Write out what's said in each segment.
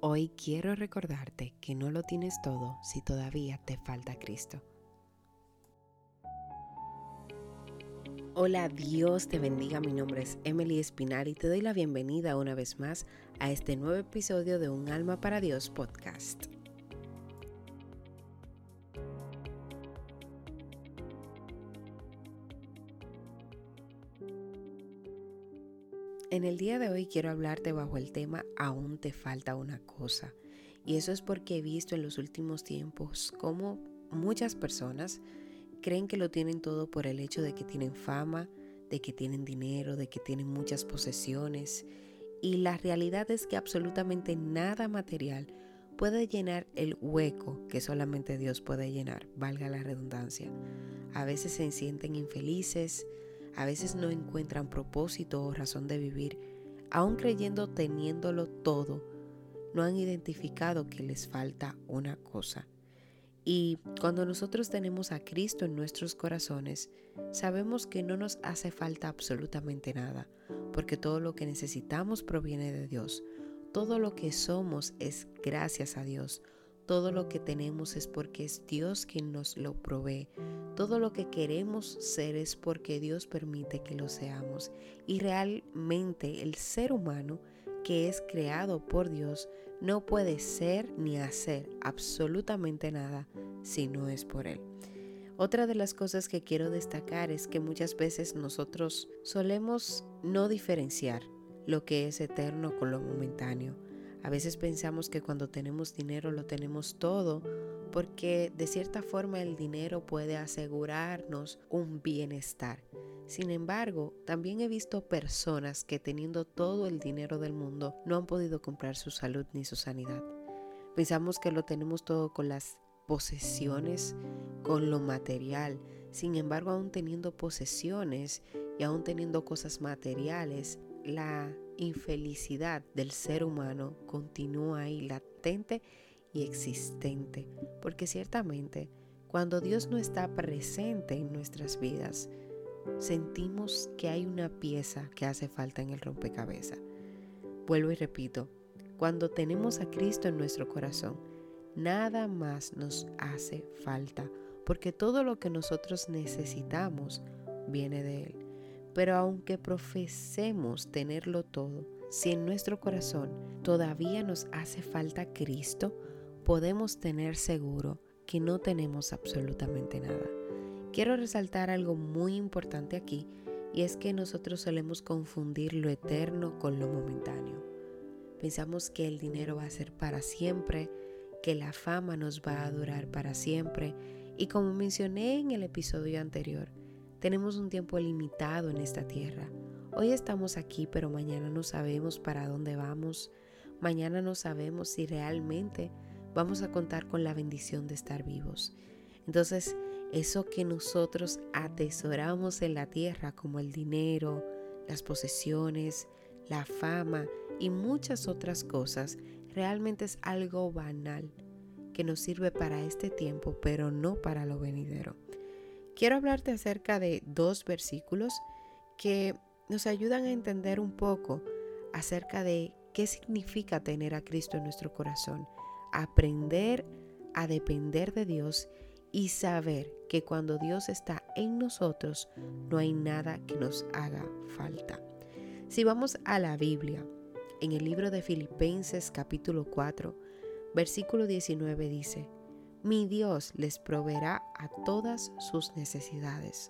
Hoy quiero recordarte que no lo tienes todo si todavía te falta Cristo. Hola, Dios te bendiga. Mi nombre es Emily Espinar y te doy la bienvenida una vez más a este nuevo episodio de Un Alma para Dios podcast. En el día de hoy quiero hablarte bajo el tema Aún te falta una cosa. Y eso es porque he visto en los últimos tiempos cómo muchas personas creen que lo tienen todo por el hecho de que tienen fama, de que tienen dinero, de que tienen muchas posesiones. Y la realidad es que absolutamente nada material puede llenar el hueco que solamente Dios puede llenar, valga la redundancia. A veces se sienten infelices, a veces no encuentran propósito o razón de vivir, aun creyendo teniéndolo todo, no han identificado que les falta una cosa. Y cuando nosotros tenemos a Cristo en nuestros corazones, sabemos que no nos hace falta absolutamente nada, porque todo lo que necesitamos proviene de Dios. Todo lo que somos es gracias a Dios. Todo lo que tenemos es porque es Dios quien nos lo provee. Todo lo que queremos ser es porque Dios permite que lo seamos. Y realmente el ser humano, que es creado por Dios, no puede ser ni hacer absolutamente nada si no es por Él. Otra de las cosas que quiero destacar es que muchas veces nosotros solemos no diferenciar lo que es eterno con lo momentáneo. A veces pensamos que cuando tenemos dinero lo tenemos todo, porque de cierta forma el dinero puede asegurarnos un bienestar. Sin embargo, también he visto personas que teniendo todo el dinero del mundo no han podido comprar su salud ni su sanidad. Pensamos que lo tenemos todo con las posesiones, con lo material. Sin embargo, aún teniendo posesiones y aún teniendo cosas materiales, la infelicidad del ser humano continúa ahí latente y existente, porque ciertamente cuando Dios no está presente en nuestras vidas, sentimos que hay una pieza que hace falta en el rompecabezas. Vuelvo y repito, cuando tenemos a Cristo en nuestro corazón, nada más nos hace falta, porque todo lo que nosotros necesitamos viene de Él. Pero aunque profesemos tenerlo todo, si en nuestro corazón todavía nos hace falta Cristo, podemos tener seguro que no tenemos absolutamente nada. Quiero resaltar algo muy importante aquí, y es que nosotros solemos confundir lo eterno con lo momentáneo. Pensamos que el dinero va a ser para siempre, que la fama nos va a durar para siempre, y como mencioné en el episodio anterior, tenemos un tiempo limitado en esta tierra. Hoy estamos aquí, pero mañana no sabemos para dónde vamos. Mañana no sabemos si realmente vamos a contar con la bendición de estar vivos. Entonces, eso que nosotros atesoramos en la tierra, como el dinero, las posesiones, la fama y muchas otras cosas, realmente es algo banal que nos sirve para este tiempo, pero no para lo venidero. Quiero hablarte acerca de 2 versículos que nos ayudan a entender un poco acerca de qué significa tener a Cristo en nuestro corazón, aprender a depender de Dios y saber que cuando Dios está en nosotros no hay nada que nos haga falta. Si vamos a la Biblia, en el libro de Filipenses capítulo 4, versículo 19 dice: Mi Dios les proveerá a todas sus necesidades,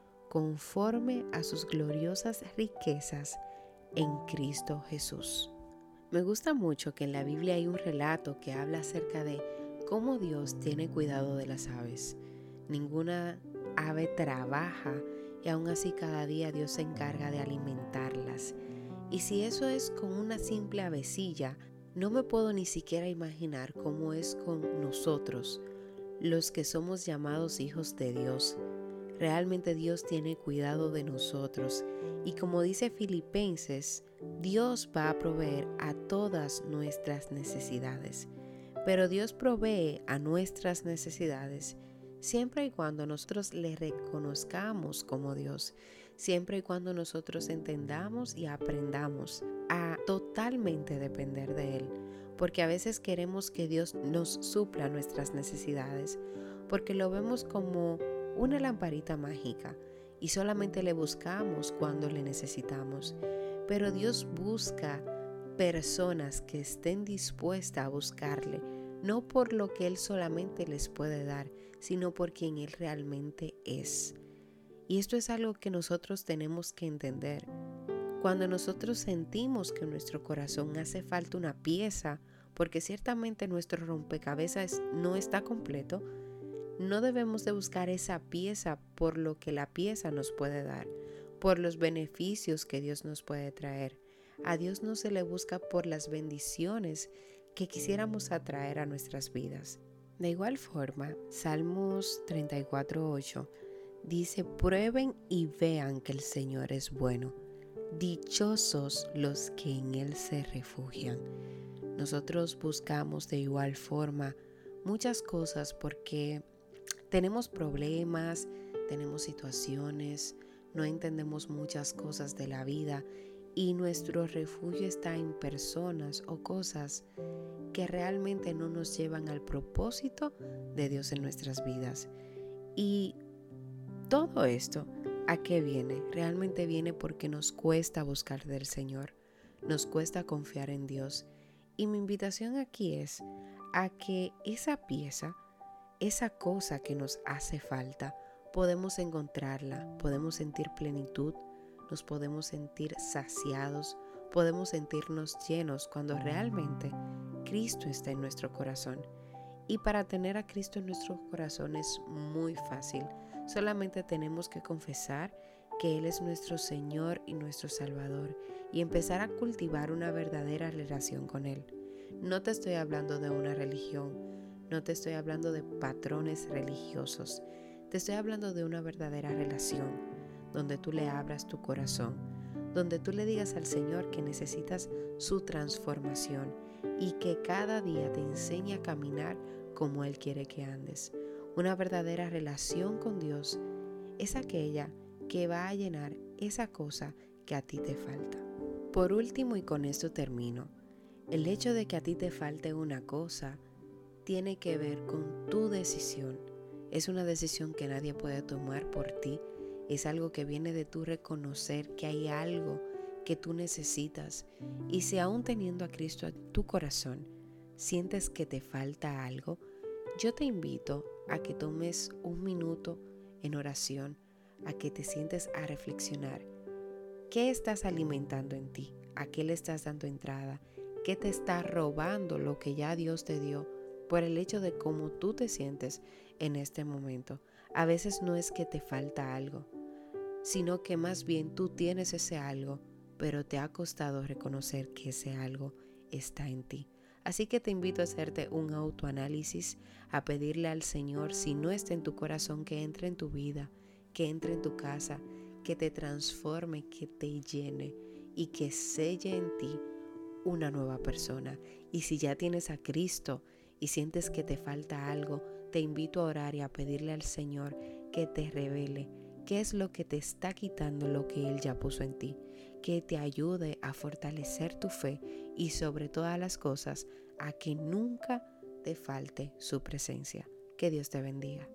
conforme a sus gloriosas riquezas en Cristo Jesús. Me gusta mucho que en la Biblia hay un relato que habla acerca de cómo Dios tiene cuidado de las aves. Ninguna ave trabaja y aún así cada día Dios se encarga de alimentarlas. Y si eso es con una simple avecilla, no me puedo ni siquiera imaginar cómo es con nosotros, los que somos llamados hijos de Dios. Realmente Dios tiene cuidado de nosotros y como dice Filipenses, Dios va a proveer a todas nuestras necesidades. Pero Dios provee a nuestras necesidades siempre y cuando nosotros le reconozcamos como Dios, siempre y cuando nosotros entendamos y aprendamos a totalmente depender de Él. porque a veces queremos que Dios nos supla nuestras necesidades, porque lo vemos como una lamparita mágica y solamente le buscamos cuando le necesitamos. Pero Dios busca personas que estén dispuestas a buscarle, no por lo que Él solamente les puede dar, sino por quien Él realmente es. Y esto es algo que nosotros tenemos que entender. Cuando nosotros sentimos que en nuestro corazón hace falta una pieza, porque ciertamente nuestro rompecabezas no está completo, no debemos de buscar esa pieza por lo que la pieza nos puede dar, por los beneficios que Dios nos puede traer. A Dios no se le busca por las bendiciones que quisiéramos atraer a nuestras vidas. De igual forma, Salmos 34:8 dice: prueben y vean que el Señor es bueno. Dichosos los que en Él se refugian. Nosotros buscamos de igual forma muchas cosas porque tenemos problemas, tenemos situaciones, no entendemos muchas cosas de la vida y nuestro refugio está en personas o cosas que realmente no nos llevan al propósito de Dios en nuestras vidas. Y todo esto, ¿a qué viene? Realmente viene porque nos cuesta buscar del Señor, nos cuesta confiar en Dios. Y mi invitación aquí es a que esa pieza, esa cosa que nos hace falta, podemos encontrarla, podemos sentir plenitud, nos podemos sentir saciados, podemos sentirnos llenos cuando realmente Cristo está en nuestro corazón. Y para tener a Cristo en nuestro corazón es muy fácil. Solamente tenemos que confesar que Él es nuestro Señor y nuestro Salvador y empezar a cultivar una verdadera relación con Él. No te estoy hablando de una religión, no te estoy hablando de patrones religiosos. Te estoy hablando de una verdadera relación donde tú le abras tu corazón, donde tú le digas al Señor que necesitas su transformación y que cada día te enseñe a caminar como Él quiere que andes. Una verdadera relación con Dios es aquella que va a llenar esa cosa que a ti te falta. Por último, y con esto termino, el hecho de que a ti te falte una cosa tiene que ver con tu decisión. Es una decisión que nadie puede tomar por ti. Es algo que viene de tu reconocer que hay algo que tú necesitas. Y si aún teniendo a Cristo en tu corazón, sientes que te falta algo, yo te invito a que tomes un minuto en oración, a que te sientes a reflexionar. ¿Qué estás alimentando en ti? ¿A qué le estás dando entrada? ¿Qué te está robando lo que ya Dios te dio por el hecho de cómo tú te sientes en este momento? A veces no es que te falta algo, sino que más bien tú tienes ese algo, pero te ha costado reconocer que ese algo está en ti. Así que te invito a hacerte un autoanálisis, a pedirle al Señor, si no está en tu corazón, que entre en tu vida, que entre en tu casa, que te transforme, que te llene y que selle en ti una nueva persona. Y si ya tienes a Cristo y sientes que te falta algo, te invito a orar y a pedirle al Señor que te revele qué es lo que te está quitando lo que Él ya puso en ti, que te ayude a fortalecer tu fe y sobre todas las cosas a que nunca te falte su presencia. Que Dios te bendiga.